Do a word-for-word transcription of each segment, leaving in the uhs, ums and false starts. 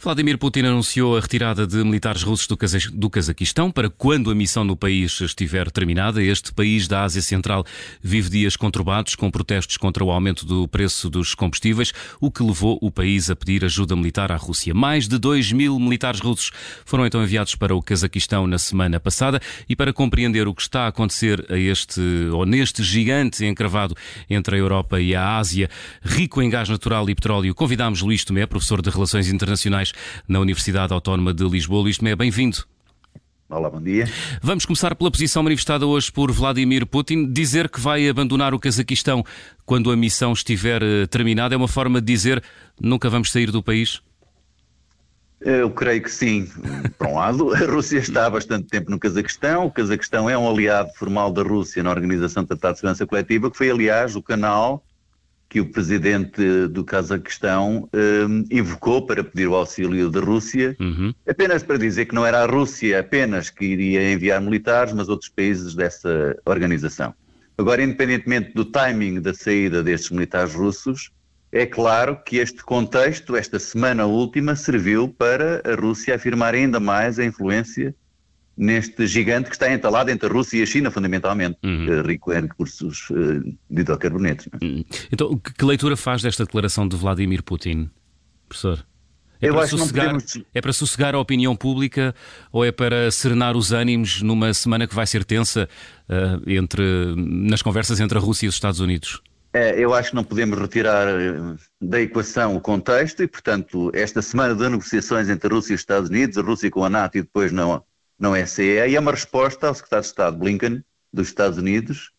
Vladimir Putin anunciou a retirada de militares russos do, Caza- do Cazaquistão para quando a missão no país estiver terminada. Este país da Ásia Central vive dias conturbados com protestos contra o aumento do preço dos combustíveis, o que levou o país a pedir ajuda militar à Rússia. Mais de dois mil militares russos foram então enviados para o Cazaquistão na semana passada e para compreender o que está a acontecer a este, ou neste gigante encravado entre a Europa e a Ásia, rico em gás natural e petróleo, convidámos Luís Tomé, professor de Relações Internacionais na Universidade Autónoma de Lisboa. Luís Tomé, bem-vindo. Olá, bom dia. Vamos começar pela posição manifestada hoje por Vladimir Putin. Dizer que vai abandonar o Cazaquistão quando a missão estiver terminada é uma forma de dizer nunca vamos sair do país? Eu creio que sim. Por um lado, a Rússia está há bastante tempo no Cazaquistão. O Cazaquistão é um aliado formal da Rússia na Organização do Tratado de Segurança Coletiva, que foi, aliás, o canal que o presidente do Cazaquistão um, invocou para pedir o auxílio da Rússia, uhum. apenas para dizer que não era a Rússia apenas que iria enviar militares, mas outros países dessa organização. Agora, independentemente do timing da saída destes militares russos, é claro que este contexto, esta semana última, serviu para a Rússia afirmar ainda mais a influência neste gigante que está entalado entre a Rússia e a China, fundamentalmente, uhum. rico em recursos uh, de hidrocarbonetos. Uhum. Então, que leitura faz desta declaração de Vladimir Putin, professor? É, Eu para acho sossegar, que não podemos... é para sossegar a opinião pública ou é para serenar os ânimos numa semana que vai ser tensa uh, entre, nas conversas entre a Rússia e os Estados Unidos? É, eu acho que não podemos retirar da equação o contexto e, portanto, esta semana de negociações entre a Rússia e os Estados Unidos, a Rússia com a NATO e depois não... não é C E, e é uma resposta ao secretário de Estado Blinken dos Estados Unidos,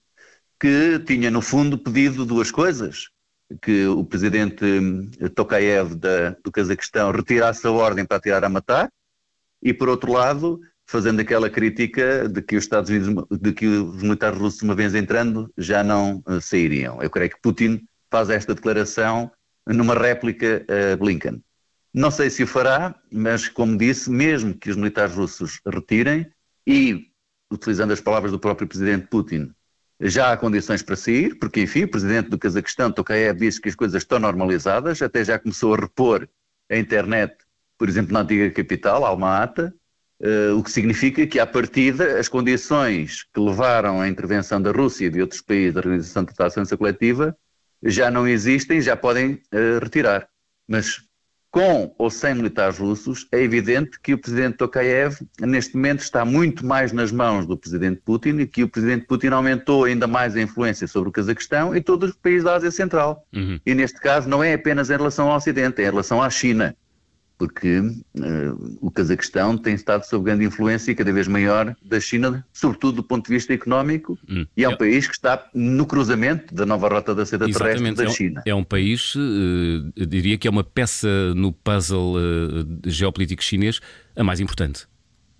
que tinha no fundo pedido duas coisas, que o presidente Tokayev da, do Cazaquistão retirasse a ordem para atirar a matar e, por outro lado, fazendo aquela crítica de que os Estados Unidos, de que os militares russos, uma vez entrando, já não uh, sairiam. Eu creio que Putin faz esta declaração numa réplica a Blinken. Não sei se o fará, mas, como disse, mesmo que os militares russos retirem e, utilizando as palavras do próprio presidente Putin, já há condições para sair, porque, enfim, o presidente do Cazaquistão, Tokayev, disse que as coisas estão normalizadas, até já começou a repor a internet, por exemplo, na antiga capital, Alma-Ata, uh, o que significa que, à partida, as condições que levaram à intervenção da Rússia e de outros países da Organização do Tratado de Segurança Coletiva já não existem, já podem uh, retirar. Mas com ou sem militares russos, é evidente que o presidente Tokayev, neste momento, está muito mais nas mãos do presidente Putin e que o presidente Putin aumentou ainda mais a influência sobre o Cazaquistão e todos os países da Ásia Central. Uhum. E neste caso não é apenas em relação ao Ocidente, é em relação à China, porque uh, o Cazaquistão tem estado sob grande influência e cada vez maior da China, sobretudo do ponto de vista económico, hum. e é um é. país que está no cruzamento da nova rota da seda terrestre da China. É um, é um país, uh, eu diria que é uma peça no puzzle uh, geopolítico chinês a mais importante.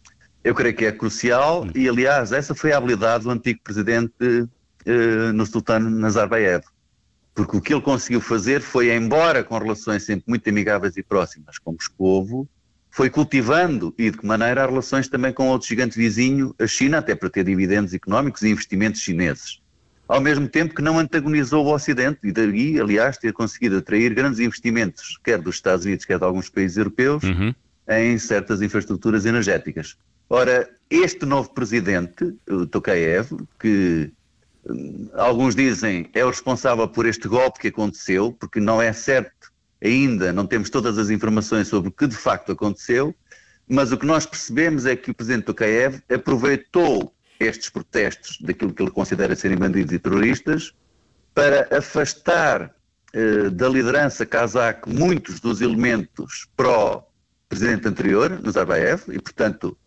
Eu creio que é crucial hum. e, aliás, essa foi a habilidade do antigo presidente uh, Nursultan Nazarbayev. Porque o que ele conseguiu fazer foi, embora com relações sempre muito amigáveis e próximas com Moscovo, foi cultivando e de que maneira as relações também com outro gigante vizinho, a China, até para ter dividendos económicos e investimentos chineses. Ao mesmo tempo que não antagonizou o Ocidente e daí, aliás, ter conseguido atrair grandes investimentos, quer dos Estados Unidos, quer de alguns países europeus, uhum. em certas infraestruturas energéticas. Ora, este novo presidente, o Tokayev, que alguns dizem é o responsável por este golpe que aconteceu, porque não é certo ainda, não temos todas as informações sobre o que de facto aconteceu, mas o que nós percebemos é que o presidente Tokayev aproveitou estes protestos daquilo que ele considera serem bandidos e terroristas para afastar eh, da liderança cazaque muitos dos elementos pró-presidente anterior, Nazarbayev, e portanto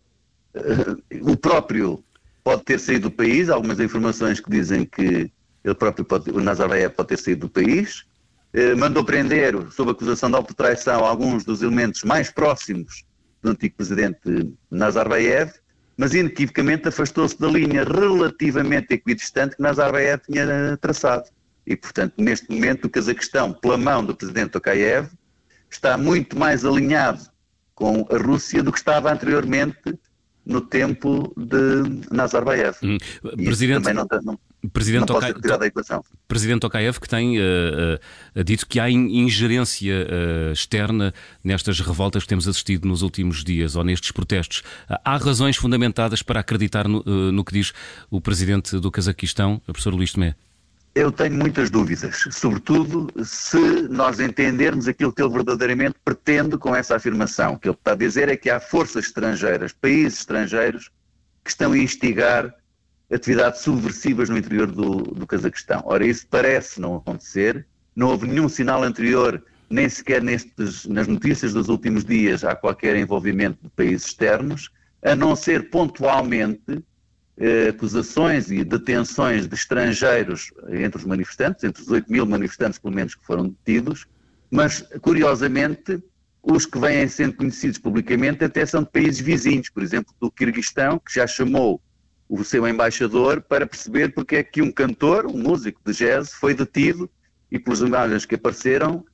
eh, o próprio pode ter saído do país, há algumas informações que dizem que ele próprio, pode, o Nazarbayev pode ter saído do país, eh, mandou prender, sob acusação de autotraição, alguns dos elementos mais próximos do antigo presidente Nazarbayev, mas inequivocamente afastou-se da linha relativamente equidistante que Nazarbayev tinha traçado. E, portanto, neste momento, o Cazaquistão, pela mão do presidente Tokayev, está muito mais alinhado com a Rússia do que estava anteriormente no tempo de Nazarbayev. Hum. Presidente, não, não, Presidente não pode Tokai... ser retirado da equação. Presidente Tokayev, que tem uh, uh, dito que há ingerência uh, externa nestas revoltas que temos assistido nos últimos dias, ou nestes protestos. Uh, há razões fundamentadas para acreditar no, uh, no que diz o Presidente do Cazaquistão, o professor Luís Tomé? Eu tenho muitas dúvidas, sobretudo se nós entendermos aquilo que ele verdadeiramente pretende com essa afirmação. O que ele está a dizer é que há forças estrangeiras, países estrangeiros, que estão a instigar atividades subversivas no interior do, do Cazaquistão. Ora, isso parece não acontecer, não houve nenhum sinal anterior, nem sequer nestes, nas notícias dos últimos dias há qualquer envolvimento de países externos, a não ser pontualmente eh, acusações e detenções de estrangeiros entre os manifestantes, entre os oito mil manifestantes pelo menos que foram detidos, mas curiosamente os que vêm sendo conhecidos publicamente até são de países vizinhos, por exemplo do Quirguistão, que já chamou o seu embaixador para perceber porque é que um cantor, um músico de jazz, foi detido e, pelas imagens que apareceram,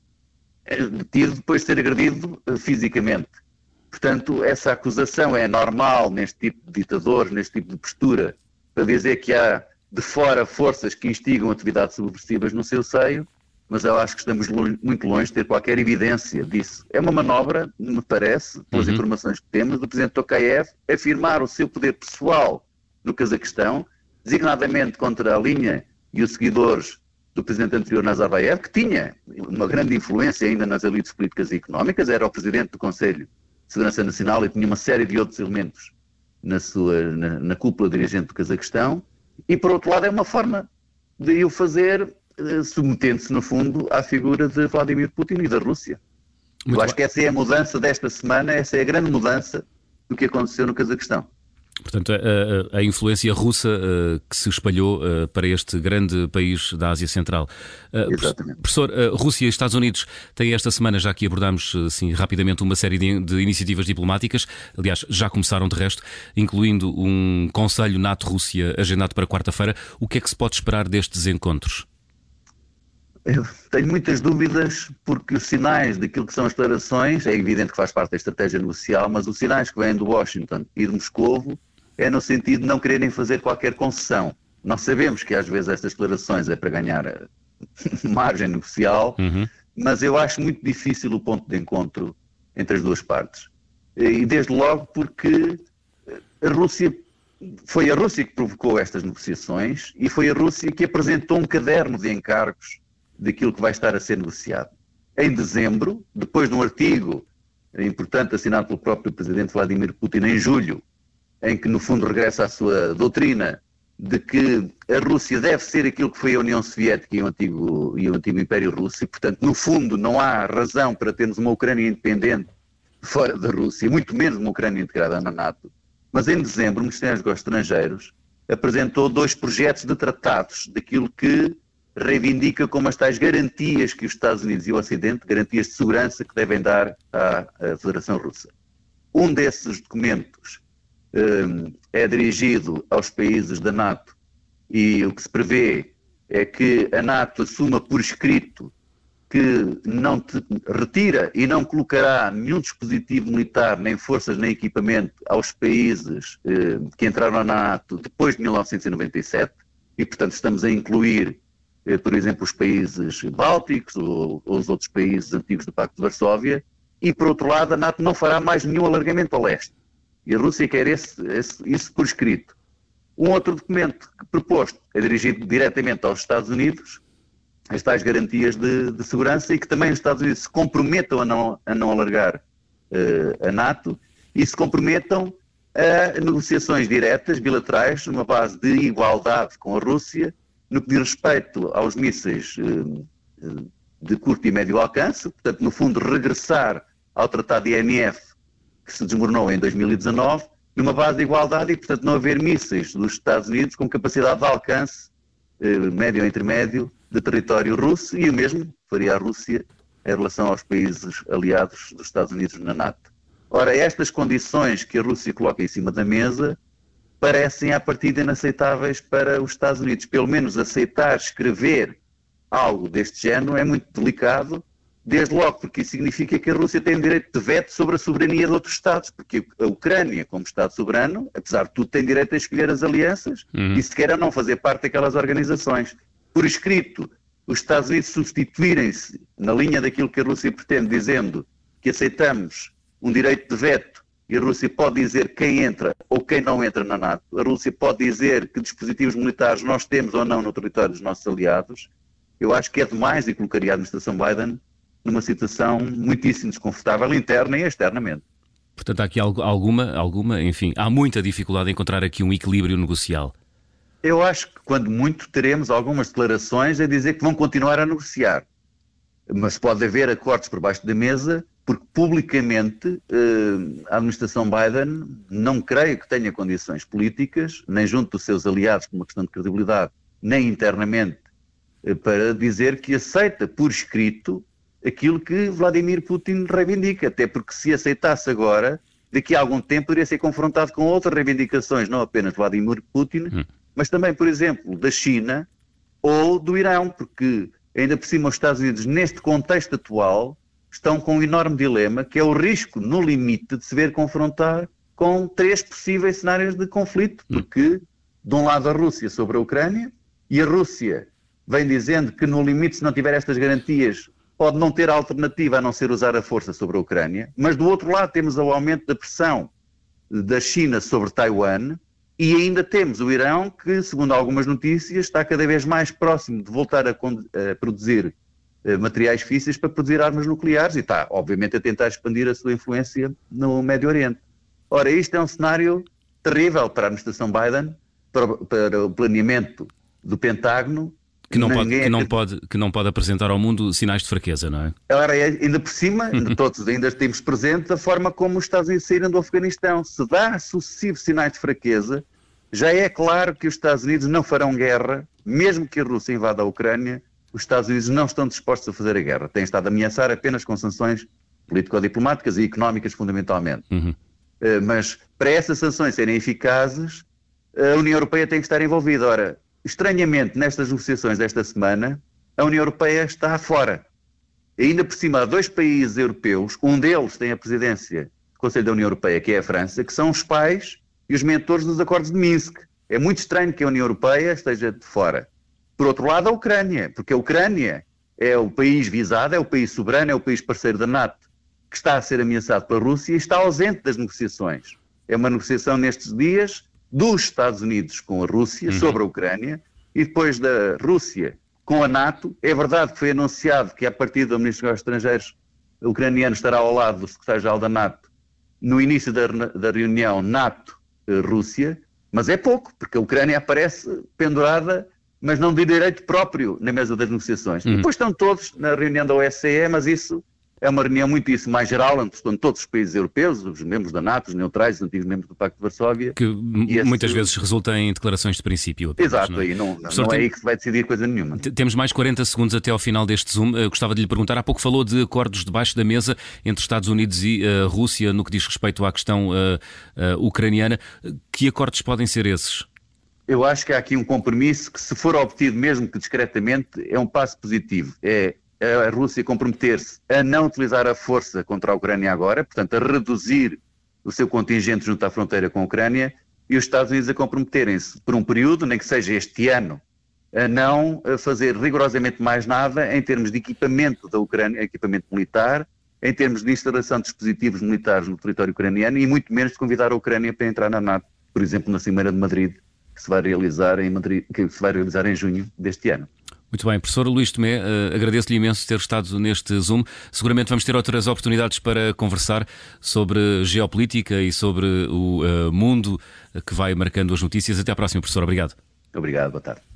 detido depois de ser agredido uh, fisicamente. Portanto, essa acusação é normal neste tipo de ditadores, neste tipo de postura, para dizer que há de fora forças que instigam atividades subversivas no seu seio, mas eu acho que estamos longe, muito longe de ter qualquer evidência disso. É uma manobra, me parece, pelas uhum. informações que temos, do Presidente Tokayev afirmar o seu poder pessoal no Cazaquistão, designadamente contra a linha e os seguidores do presidente anterior Nazarbayev, que tinha uma grande influência ainda nas elites políticas e económicas, era o presidente do Conselho de Segurança Nacional e tinha uma série de outros elementos na, sua, na, na cúpula dirigente do Cazaquistão, e por outro lado é uma forma de o fazer submetendo-se no fundo à figura de Vladimir Putin e da Rússia. Muito Eu acho bem. que essa é a mudança desta semana, essa é a grande mudança do que aconteceu no Cazaquistão. Portanto, a, a influência russa uh, que se espalhou uh, para este grande país da Ásia Central. Uh, Exatamente. Professor, uh, Rússia e Estados Unidos têm esta semana, já que abordámos assim, rapidamente uma série de, de iniciativas diplomáticas, aliás, já começaram de resto, incluindo um Conselho NATO-Rússia agendado para quarta-feira. O que é que se pode esperar destes encontros? Eu tenho muitas dúvidas porque os sinais daquilo que são as declarações, é evidente que faz parte da estratégia negocial, mas os sinais que vêm do Washington e de Moscovo é no sentido de não quererem fazer qualquer concessão. Nós sabemos que às vezes estas declarações é para ganhar margem negocial, uhum. mas eu acho muito difícil o ponto de encontro entre as duas partes. E desde logo porque a Rússia, foi a Rússia que provocou estas negociações e foi a Rússia que apresentou um caderno de encargos daquilo que vai estar a ser negociado. Em dezembro, depois de um artigo importante assinado pelo próprio presidente Vladimir Putin em julho, em que no fundo regressa à sua doutrina de que a Rússia deve ser aquilo que foi a União Soviética e o antigo, e o antigo Império Russo, e portanto no fundo não há razão para termos uma Ucrânia independente fora da Rússia, muito menos uma Ucrânia integrada na NATO. Mas em dezembro o Ministério dos Negócios Estrangeiros apresentou dois projetos de tratados daquilo que reivindica como as tais garantias que os Estados Unidos e o Ocidente, garantias de segurança que devem dar à, à Federação Russa. Um desses documentos um, é dirigido aos países da NATO e o que se prevê é que a NATO assuma por escrito que não te retira e não colocará nenhum dispositivo militar, nem forças, nem equipamento aos países eh, que entraram na NATO depois de mil novecentos e noventa e sete e, portanto, estamos a incluir por exemplo, os países bálticos ou, ou os outros países antigos do Pacto de Varsóvia, e, por outro lado, a NATO não fará mais nenhum alargamento ao leste. E a Rússia quer esse, esse, isso por escrito. Um outro documento proposto é dirigido diretamente aos Estados Unidos, as tais garantias de, de segurança, e que também os Estados Unidos se comprometam a não, a não alargar uh, a NATO e se comprometam a negociações diretas, bilaterais, numa base de igualdade com a Rússia, no que diz respeito aos mísseis eh, de curto e médio alcance, portanto, no fundo, regressar ao Tratado de I N F, que se desmoronou em dois mil e dezanove, numa base de igualdade e, portanto, não haver mísseis dos Estados Unidos com capacidade de alcance eh, médio ou intermédio de território russo, e o mesmo faria a Rússia em relação aos países aliados dos Estados Unidos na NATO. Ora, estas condições que a Rússia coloca em cima da mesa parecem à partida inaceitáveis para os Estados Unidos. Pelo menos aceitar escrever algo deste género é muito delicado, Desde logo porque isso significa que a Rússia tem direito de veto sobre a soberania de outros Estados, porque a Ucrânia, como Estado soberano, apesar de tudo, tem direito a escolher as alianças uhum. e sequer a não fazer parte daquelas organizações. Por escrito, os Estados Unidos substituírem-se na linha daquilo que a Rússia pretende, dizendo que aceitamos um direito de veto e a Rússia pode dizer quem entra ou quem não entra na NATO. A Rússia pode dizer que dispositivos militares nós temos ou não no território dos nossos aliados. Eu acho que é demais e colocaria a administração Biden numa situação muitíssimo desconfortável, interna e externamente. Portanto, há aqui alguma, alguma, enfim, há muita dificuldade em encontrar aqui um equilíbrio negocial. Eu acho que, quando muito, teremos algumas declarações a dizer que vão continuar a negociar. Mas pode haver acordos por baixo da mesa, porque publicamente eh, a administração Biden não creio que tenha condições políticas, nem junto dos seus aliados, por uma questão de credibilidade, nem internamente, eh, para dizer que aceita por escrito aquilo que Vladimir Putin reivindica, até porque se aceitasse agora, daqui a algum tempo iria ser confrontado com outras reivindicações, não apenas de Vladimir Putin, hum. mas também, por exemplo, da China ou do Irão, porque ainda por cima os Estados Unidos, neste contexto atual, estão com um enorme dilema, que é o risco, no limite, de se ver confrontar com três possíveis cenários de conflito, porque, de um lado, a Rússia sobre a Ucrânia, e a Rússia vem dizendo que, no limite, se não tiver estas garantias, pode não ter alternativa a não ser usar a força sobre a Ucrânia, mas do outro lado temos o aumento da pressão da China sobre Taiwan e ainda temos o Irão que, segundo algumas notícias, está cada vez mais próximo de voltar a, a produzir uh, materiais físseis para produzir armas nucleares e está, obviamente, a tentar expandir a sua influência no Médio Oriente. Ora, isto é um cenário terrível para a administração Biden, para, para o planeamento do Pentágono, Que não, pode, que, não pode, que não pode apresentar ao mundo sinais de fraqueza, não é? Agora, ainda por cima, ainda todos ainda temos presente a forma como os Estados Unidos saíram do Afeganistão. Se dá sucessivos sinais de fraqueza, já é claro que os Estados Unidos não farão guerra, mesmo que a Rússia invada a Ucrânia, os Estados Unidos não estão dispostos a fazer a guerra. Têm estado a ameaçar apenas com sanções político-diplomáticas e económicas, fundamentalmente. Uhum. Mas para essas sanções serem eficazes, a União Europeia tem que estar envolvida. Ora, estranhamente, nestas negociações desta semana, a União Europeia está fora. E ainda por cima, há dois países europeus, um deles tem a presidência do Conselho da União Europeia, que é a França, que são os pais e os mentores dos acordos de Minsk. É muito estranho que a União Europeia esteja de fora. Por outro lado, a Ucrânia, porque a Ucrânia é o país visado, é o país soberano, é o país parceiro da NATO, que está a ser ameaçado pela Rússia e está ausente das negociações. É uma negociação nestes dias dos Estados Unidos com a Rússia, uhum. sobre a Ucrânia, e depois da Rússia com a NATO. É verdade que foi anunciado que a partir do Ministro dos Estrangeiros ucraniano estará ao lado do secretário-geral da NATO no início da, da reunião NATO-Rússia, mas é pouco, porque a Ucrânia aparece pendurada, mas não de direito próprio na mesa das negociações. Uhum. Depois estão todos na reunião da O S C E, mas isso é uma reunião muitíssimo mais geral, onde estão todos os países europeus, os membros da NATO, os neutrais, os antigos membros do Pacto de Varsóvia. Que muitas esse... vezes resulta em declarações de princípio. Apenas, Exato, não é? Aí não, não, não é tem... aí que se vai decidir coisa nenhuma. Temos mais quarenta segundos até ao final deste Zoom. Eu gostava de lhe perguntar, há pouco falou de acordos debaixo da mesa entre Estados Unidos e uh, Rússia no que diz respeito à questão uh, uh, ucraniana. Que acordos podem ser esses? Eu acho que há aqui um compromisso que, se for obtido, mesmo que discretamente, é um passo positivo. É a Rússia comprometer-se a não utilizar a força contra a Ucrânia agora, portanto a reduzir o seu contingente junto à fronteira com a Ucrânia, e os Estados Unidos a comprometerem-se por um período, nem que seja este ano, a não fazer rigorosamente mais nada em termos de equipamento da Ucrânia, equipamento militar, em termos de instalação de dispositivos militares no território ucraniano e muito menos de convidar a Ucrânia para entrar na NATO, por exemplo, na Cimeira de Madrid, que se vai realizar em, Madrid, que se vai realizar em junho deste ano. Muito bem, professor Luís Tomé, uh, agradeço-lhe imenso ter estado neste Zoom. Seguramente vamos ter outras oportunidades para conversar sobre geopolítica e sobre o uh, mundo que vai marcando as notícias. Até à próxima, professor. Obrigado. Obrigado, boa tarde.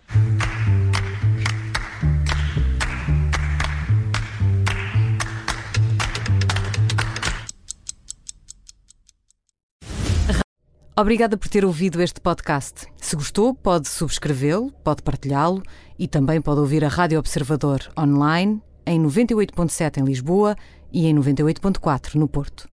Obrigada por ter ouvido este podcast. Se gostou, pode subscrevê-lo, pode partilhá-lo e também pode ouvir a Rádio Observador online em noventa e oito ponto sete em Lisboa e em noventa e oito ponto quatro no Porto.